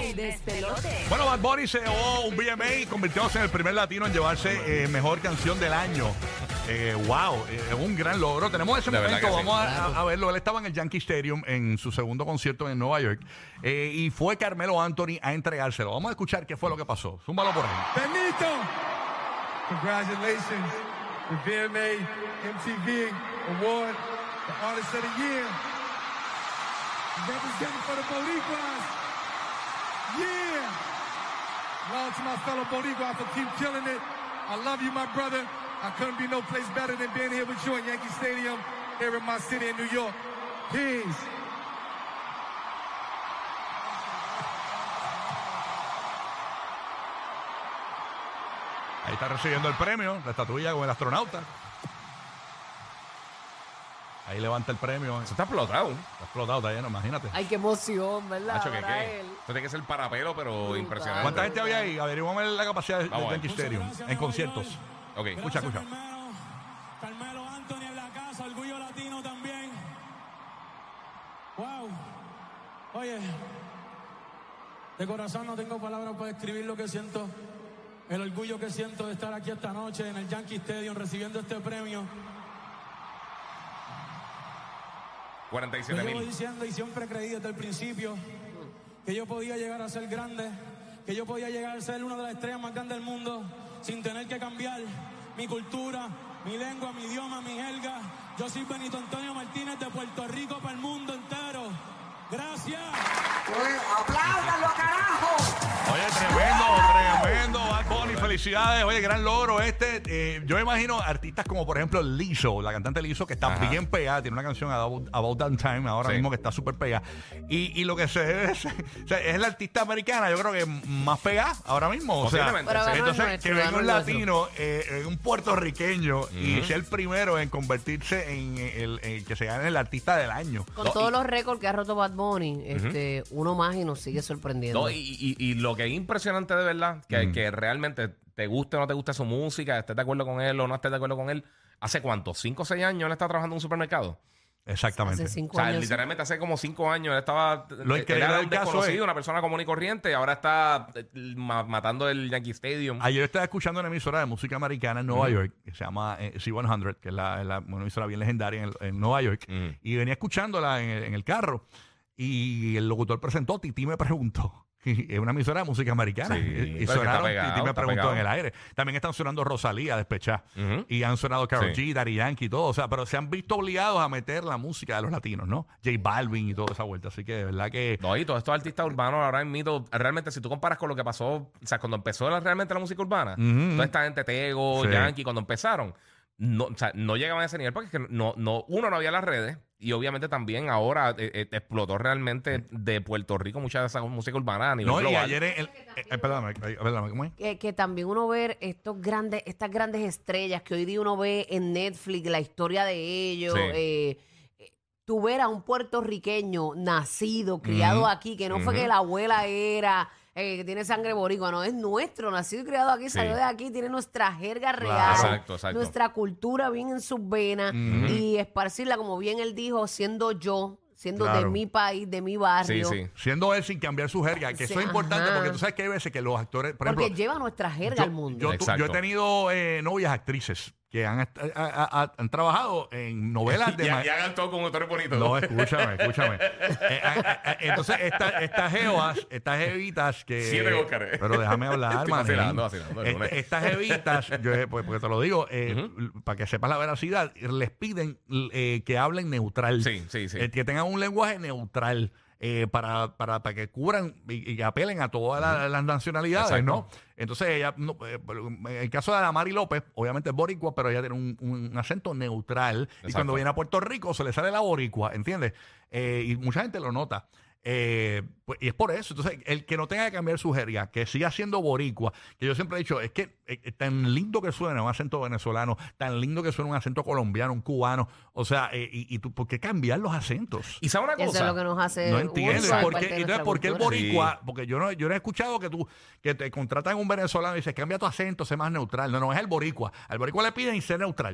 El despelote. Bueno, Bad Bunny se llevó un VMA y convirtióse en el primer latino en llevarse mejor canción del año. Wow, es un gran logro. Tenemos ese De verdad momento, que sí. vamos a verlo. Él estaba en el Yankee Stadium en su segundo concierto en Nueva York y fue Carmelo Anthony a entregárselo. Vamos a escuchar qué fue lo que pasó. Zúmbalo por ahí. Benito, congratulations, the VMA MTV Award, the Artist of the Year. Representing for the Boricuas. Yeah. Love to my fellow Boricuas for keep killing it. I love you, my brother. I couldn't be no place better than being here with you in Yankee Stadium, here in my city in New York. Peace. Ahí está recibiendo el premio, la estatuilla con el astronauta. Ahí levanta el premio. Eso está explotado. Está explotado, está lleno, imagínate. Ay, qué emoción, ¿verdad? Nacho, Para ¿qué? él. Eso tiene que ser parapelo, pero Brutal. impresionante. ¿Cuánta gente había ahí? Averiguamos la capacidad del Vamos a ver. Yankee Stadium en conciertos. Ok. Escucha. Carmelo Anthony en la casa, orgullo latino también. Wow. Oye, de corazón no tengo palabras para describir lo que siento. El orgullo que siento de estar aquí esta noche en el Yankee Stadium recibiendo este premio. 47 Yo llevo mil. diciendo y siempre creí desde el principio que yo podía llegar a ser grande, que yo podía llegar a ser una de las estrellas más grandes del mundo sin tener que cambiar mi cultura, mi lengua, mi idioma, mi jerga. Yo soy Benito Antonio Martínez de Puerto Rico para el mundo entero. Gracias. ¡Apláudalo, carajo! Oye, tremendo, Bad Bunny, felicidades. Oye, gran logro este. Yo me imagino artistas como, por ejemplo, Lizzo, la cantante Lizzo, que está Ajá. bien pegada, tiene una canción About That Time ahora Sí. mismo que está súper pegada. Y lo que se debe es, o sea, es la artista americana, yo creo que más pegada ahora mismo. O sea, Posiblemente. Pero ganó el entonces, nuestro, que venga ganó un el nuestro. latino, un puertorriqueño, y sea el primero en convertirse en el que se gane el artista del año. Con todos los récords que ha roto Bad Bunny, uno más y nos sigue sorprendiendo. No, y lo que es impresionante de verdad, que realmente te guste o no te guste su música, estés de acuerdo con él o no estés de acuerdo con él, ¿hace cuánto? ¿5 o 6 años él está trabajando en un supermercado? Exactamente. Hace O 5 sea, años. literalmente hace como 5 años él estaba... Lo él increíble era del un caso desconocido, es- una persona común y corriente, y ahora está matando el Yankee Stadium. Ayer estaba escuchando una emisora de música americana en Nueva York que se llama C100, que es una emisora bien legendaria en Nueva York. Y venía escuchándola en el carro. Y el locutor presentó, Titi me preguntó. Es una emisora de música americana. Sí, Y pero es que sonaron, está pegado, Titi me está preguntó pegado. en el aire. También están sonando Rosalía, Despechá. Y han sonado Karol Sí. G, Daddy Yankee y todo. O sea, pero se han visto obligados a meter la música de los latinos, ¿no? J Balvin y toda esa vuelta. Así que de verdad que... No, y todos estos artistas urbanos ahora en mito, realmente si tú comparas con lo que pasó, o sea, cuando empezó realmente la música urbana, toda esta gente, Tego, Sí. Yankee, cuando empezaron, no, o sea, no llegaban a ese nivel porque es que uno no había las redes y obviamente también ahora explotó realmente de Puerto Rico mucha de esa música urbana a nivel No, y global. ayer... perdóname, ¿cómo es? Que también uno ve estas grandes estrellas que hoy día uno ve en Netflix, la historia de ellos. Sí. Tú ver a un puertorriqueño nacido, criado aquí, que no fue que la abuela era, que tiene sangre boricua, no, es nuestro, nacido y criado aquí, salió de aquí, tiene nuestra jerga real, Exacto. nuestra cultura bien en sus venas y esparcirla, como bien él dijo, siendo de Claro. mi país, de mi barrio. Sí, sí. Siendo él sin cambiar su jerga, que Sí, eso es importante ajá. porque tú sabes que hay veces que los actores, por Porque ejemplo, lleva nuestra jerga al mundo. Exacto. yo he tenido novias actrices que han trabajado en novelas de... Y hagan todo con motores bonitos. No, escúchame. Entonces, estas jevitas que... 7 Óscares. Pero déjame hablar, Estoy manín. vacilando, el lunes. Estas jevitas, pues, porque te lo digo, para que sepas la veracidad, les piden que hablen neutral. Sí. Que tengan un lenguaje neutral. Para que cubran y apelen a todas las nacionalidades, Exacto. ¿no? Entonces ella, en el caso de Damari López, obviamente es boricua, pero ella tiene un acento neutral. Y Exacto. cuando viene a Puerto Rico se le sale la boricua, ¿entiendes? Y mucha gente lo nota. Pues, y es por eso. Entonces, el que no tenga que cambiar su jerga, que siga siendo boricua, que yo siempre he dicho, es que tan lindo que suena un acento venezolano, tan lindo que suena un acento colombiano, un cubano, o sea, y tú, ¿por qué cambiar los acentos? Y ¿sabes una Eso cosa? es lo que nos hace. No entiendo. únicos, ¿Por parte qué, de entonces, nuestra ¿por qué el cultura. boricua? Porque yo no he escuchado que te contratan un venezolano y dices, cambia tu acento, sé más neutral. No, es el boricua. Al boricua le piden y sé neutral.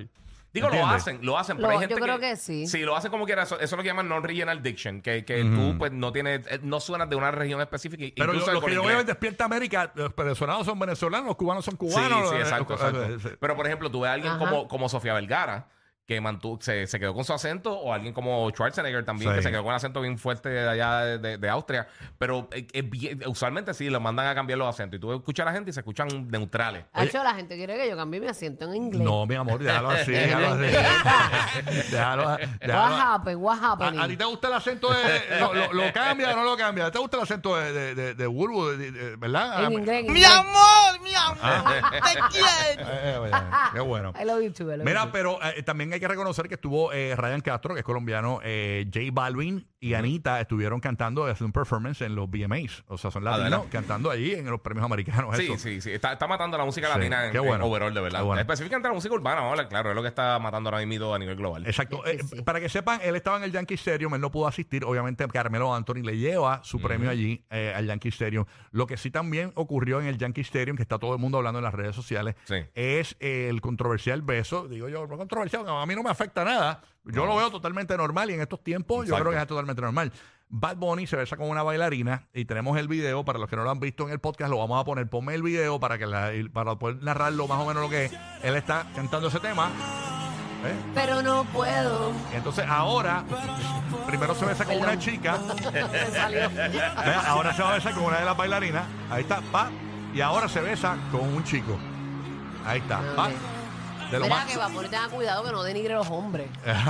Digo, ¿Entiendes? lo hacen, pero hay gente yo creo que sí. Sí, lo hacen como quiera. Eso es lo que llaman non-regional diction, que tú pues no tienes, no suenas de una región específica. Pero incluso lo con que yo inglés. veo en Despierta América, los venezolanos son venezolanos, los cubanos son cubanos. Sí, exacto. Sí. Pero, por ejemplo, tú ves a alguien Ajá. como Sofía Vergara, que se quedó con su acento, o alguien como Schwarzenegger también, Sí. que se quedó con un acento bien fuerte de allá de Austria. Pero usualmente sí, lo mandan a cambiar los acentos. Y tú escuchas a la gente y se escuchan neutrales. De hecho, la gente quiere que yo cambie mi acento en inglés. No, mi amor, déjalo así, déjalo así. déjalo What happened? ¿A ti te gusta el acento de... ¿Lo cambia o no lo cambia? ¿Te gusta el acento de Burbu, verdad? En inglés. Mi amor, te quiero. Qué bueno. I love you too, I love you Mira, too. pero también hay que reconocer que estuvo Ryan Castro, que es colombiano, J Balvin y Anita estuvieron cantando, haciendo un performance en los VMAs. O sea, son latinos ¿verdad? cantando allí en los premios americanos. Sí, eso. sí. Está matando la música Sí, latina en qué bueno. overall, de verdad. Qué bueno. Específicamente la música urbana, ¿no? Claro, es lo que está matando ahora mismo a nivel global. Exacto. Sí, sí. Para que sepan, él estaba en el Yankee Stadium, él no pudo asistir. Obviamente, Carmelo Anthony le lleva su premio allí al Yankee Stadium. Lo que sí también ocurrió en el Yankee Stadium, que está todo el mundo hablando en las redes sociales, Sí. es el controversial beso. Digo yo, no controversial, no, a mí no me afecta nada. Yo lo veo totalmente normal y en estos tiempos yo Exacto. creo que es totalmente normal. Bad Bunny se besa con una bailarina y tenemos el video. Para los que no lo han visto en el podcast, lo vamos a poner. Ponme el video para poder narrarlo más o menos lo que es. Él está cantando ese tema. ¿Eh? Pero no puedo. Entonces ahora, primero se besa con una chica. Me salió. Vea, ahora se va a besar con una de las bailarinas. Ahí está, pa. Y ahora se besa con un chico. Ahí está, pa. De lo Mira más. que va a poner tenga cuidado que no denigre a los hombres.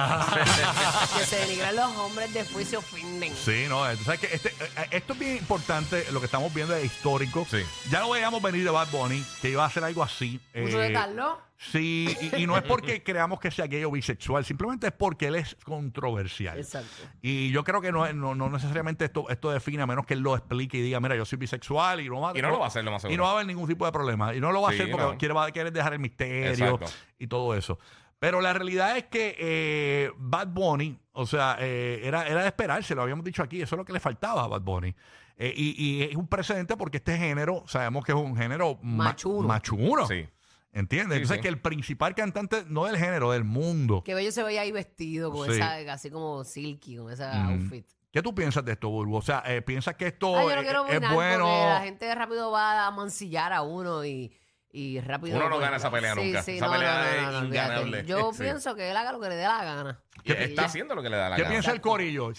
Que se denigran los hombres después se ofenden. Sí, no, tú sabes que esto es bien importante, lo que estamos viendo es histórico. Sí. Ya lo veíamos venir de Bad Bunny, que iba a hacer algo así. Mucho de Carlos. Sí, y no es porque creamos que sea gay o bisexual, simplemente es porque él es controversial. Exacto. Y yo creo que no necesariamente esto define, a menos que él lo explique y diga, mira, yo soy bisexual y no va, Y no lo va a hacer, lo más seguro. Y no va a haber ningún tipo de problema. Y no lo va a Sí, hacer porque no. quiere dejar el misterio Exacto. y todo eso. Pero la realidad es que Bad Bunny, o sea, era de esperarse, lo habíamos dicho aquí, eso es lo que le faltaba a Bad Bunny. Y es un precedente porque este género, sabemos que es un género Machuno. machuno. Sí. ¿Entiendes? Sí, Entonces, sí. que el principal cantante, no del género, del mundo. Que bello se veía ahí vestido con Sí. esa, así como silky, con esa outfit. ¿Qué tú piensas de esto, Burbu? O sea, ¿piensas que esto Ay, yo no quiero es opinar bueno? porque la gente rápido va a mancillar a uno y rápido... Uno no pues, gana esa pelea sí, nunca. Sí, Esa no, pelea es olvídate. inganable. Yo Sí. pienso que él haga lo que le dé la gana. Y está haciendo lo que le da la ¿Qué gana. piensa el corillo?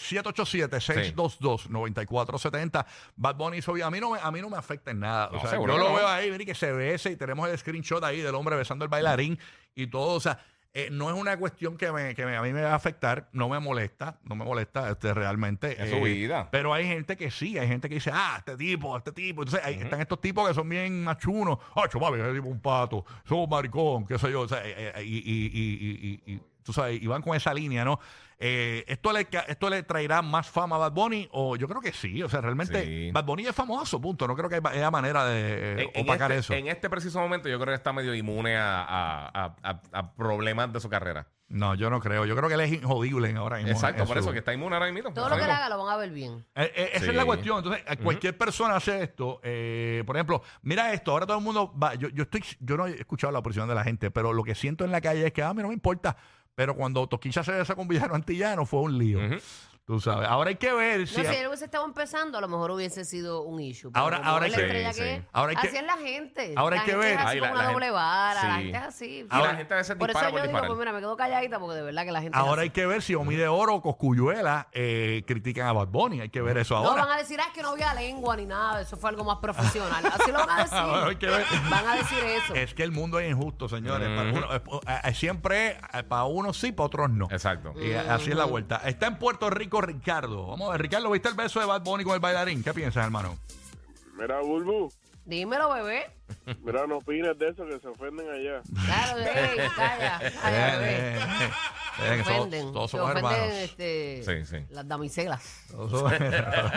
787-622-9470. Bad Bunny hizo bien. A mí no me afecta en nada. No, o sea, seguro yo que lo no. veo ahí, mire, que se bese y tenemos el screenshot ahí del hombre besando el bailarín y todo. O sea, no es una cuestión que a mí me va a afectar. No me molesta realmente. Es su vida. Pero hay gente que sí. Hay gente que dice, este tipo. Entonces, están estos tipos que son bien machunos. Papi, ese tipo es un pato. Somos maricón, qué sé yo. O sea, y tú sabes, y van con esa línea, ¿no? ¿Esto le traerá más fama a Bad Bunny? O yo creo que sí. O sea, realmente Sí. Bad Bunny es famoso, punto. No creo que haya manera de opacar eso. En este preciso momento yo creo que está medio inmune a problemas de su carrera. No, yo no creo. Yo creo que él es injodible ahora mismo. Exacto, por su- eso que está inmune ahora mismo. Todo lo que le haga lo van a ver bien. Esa Sí. es la cuestión. Entonces, cualquier persona hace esto. Por ejemplo, mira esto. Ahora todo el mundo va. Yo no he escuchado la opinión de la gente, pero lo que siento en la calle es que a mí no me importa. Pero cuando Toquilla se besa con Villano Antillano fue un lío. Tú sabes. Ahora hay que ver si. No, si él hubiese estado empezando, a lo mejor hubiese sido un issue. Pero Ahora- como ahora es hay la que- estrella sí, que sí. es, Ahora hay que- así es la gente. ahora hay La que gente ver. Es así Ay, como la una gente- doble vara. La sí. gente es así. Y Ahora- la gente a veces Por eso dispara yo por digo, disparar. pues mira, me quedo calladita porque de verdad que la gente es Ahora así. hay que ver si Omi de Oro o Coscuyuela critican a Bad Bunny. Hay que ver eso No ahora. van a decir, es que no había lengua ni nada, eso fue algo más profesional. Así lo van a decir. Bueno, hay que ver. Van a decir eso. Es que el mundo es injusto, señores. Siempre para unos sí, para otros no. Exacto. Y así es la vuelta. Está en Puerto Rico Ricardo. Vamos a ver, Ricardo, ¿viste el beso de Bad Bunny con el bailarín? ¿Qué piensas, hermano? Mira, Bulbu, Dímelo, bebé. mira, no opines de eso que se ofenden allá. Claro, ey, calla, bebé. Que Se ofenden. todos Se somos ofenden hermanos. Sí, sí. las damiselas. Todos somos- Ay,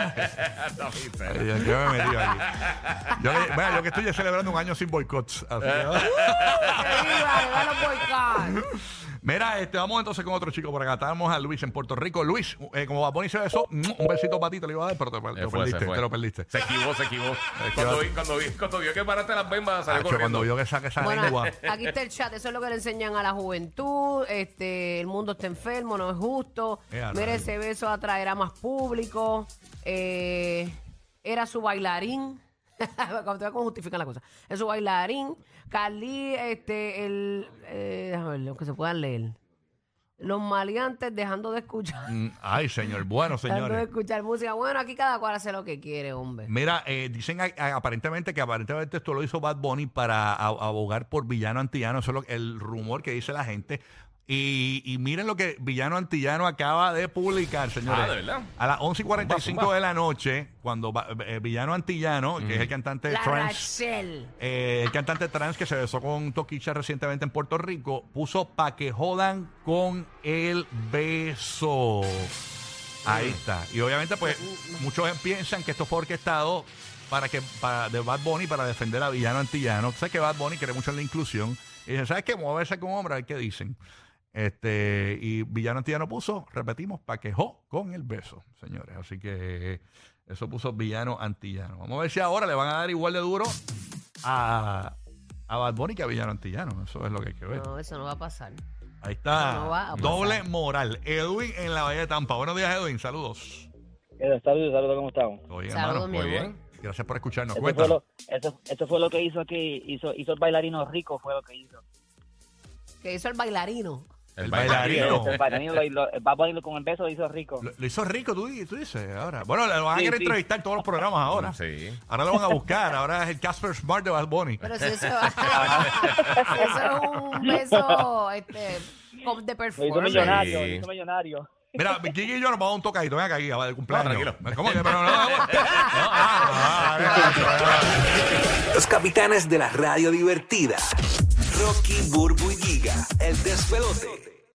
¿qué me metí aquí? Yo que estoy celebrando un año sin boicots. Así que- ¡Viva! ¡Viva los boycotts! Mira, vamos entonces con otro chico por acá. Estábamos a Luis en Puerto Rico. Luis, como Bad Bunny se besó, un besito para ti te lo iba a dar, pero te lo perdiste. Se esquivó. Cuando vio que paraste las bembas, salió corriendo. Cuando vio que saque esa lengua. Aquí está el chat, eso es lo que le enseñan a la juventud. El mundo está enfermo, no es justo. Mira, ese beso atraerá más público. Era su bailarín. ¿Cómo justifican la cosa? Es su bailarín. Carly, déjame ver, lo que se puedan leer. Los maleantes dejando de escuchar. Ay, señor. Bueno, señores. Dejando de escuchar música. Bueno, aquí cada cual hace lo que quiere, hombre. Mira, dicen aparentemente esto lo hizo Bad Bunny para abogar por villano antillano. Eso es el rumor que dice la gente. Y miren lo que Villano Antillano acaba de publicar, señores. ¿De verdad? A las 11:45 de la noche, cuando Villano Antillano, que es el cantante trans, el cantante trans que se besó con Toquicha recientemente en Puerto Rico, puso pa' que jodan con el beso. Ahí está. Y obviamente, pues, muchos piensan que esto fue orquestado de Bad Bunny para defender a Villano Antillano. Sé que Bad Bunny cree mucho en la inclusión. Y dicen, ¿sabes qué? Moverse con hombre, a ver qué dicen. Y Villano Antillano puso, repetimos, pa' que jo con el beso, señores. Así que eso puso Villano Antillano. Vamos a ver si ahora le van a dar igual de duro a Bad Bunny que a Villano Antillano. Eso es lo que hay que ver. No, eso no va a pasar. Ahí está. No va a pasar. Doble moral. Edwin en la Bahía de Tampa. Buenos días, Edwin. Saludos. Saludos, ¿cómo estamos? Oye, Saludos, hermano. mi amor. Gracias por escucharnos. Eso fue lo que hizo aquí. Hizo el bailarino rico, fue lo que hizo. ¿Qué hizo el bailarino? El bailarino. El bailarino va a con el beso, lo hizo rico. Lo hizo rico, tú dices ahora. Bueno, lo van a querer entrevistar en todos los programas ahora. Sí. Ahora lo van a buscar. Ahora es el Casper Smart de Bad Bunny. Pero si eso, si eso es un beso de performance. Lo hizo millonario. Mira, Gigi y yo nos vamos a un tocadito. Ven acá, Gigi, de cumpleaños. Tranquilo. ¿Cómo que? Pero Los capitanes de la radio divertida. Rocky, Burbu y Giga, el despelote.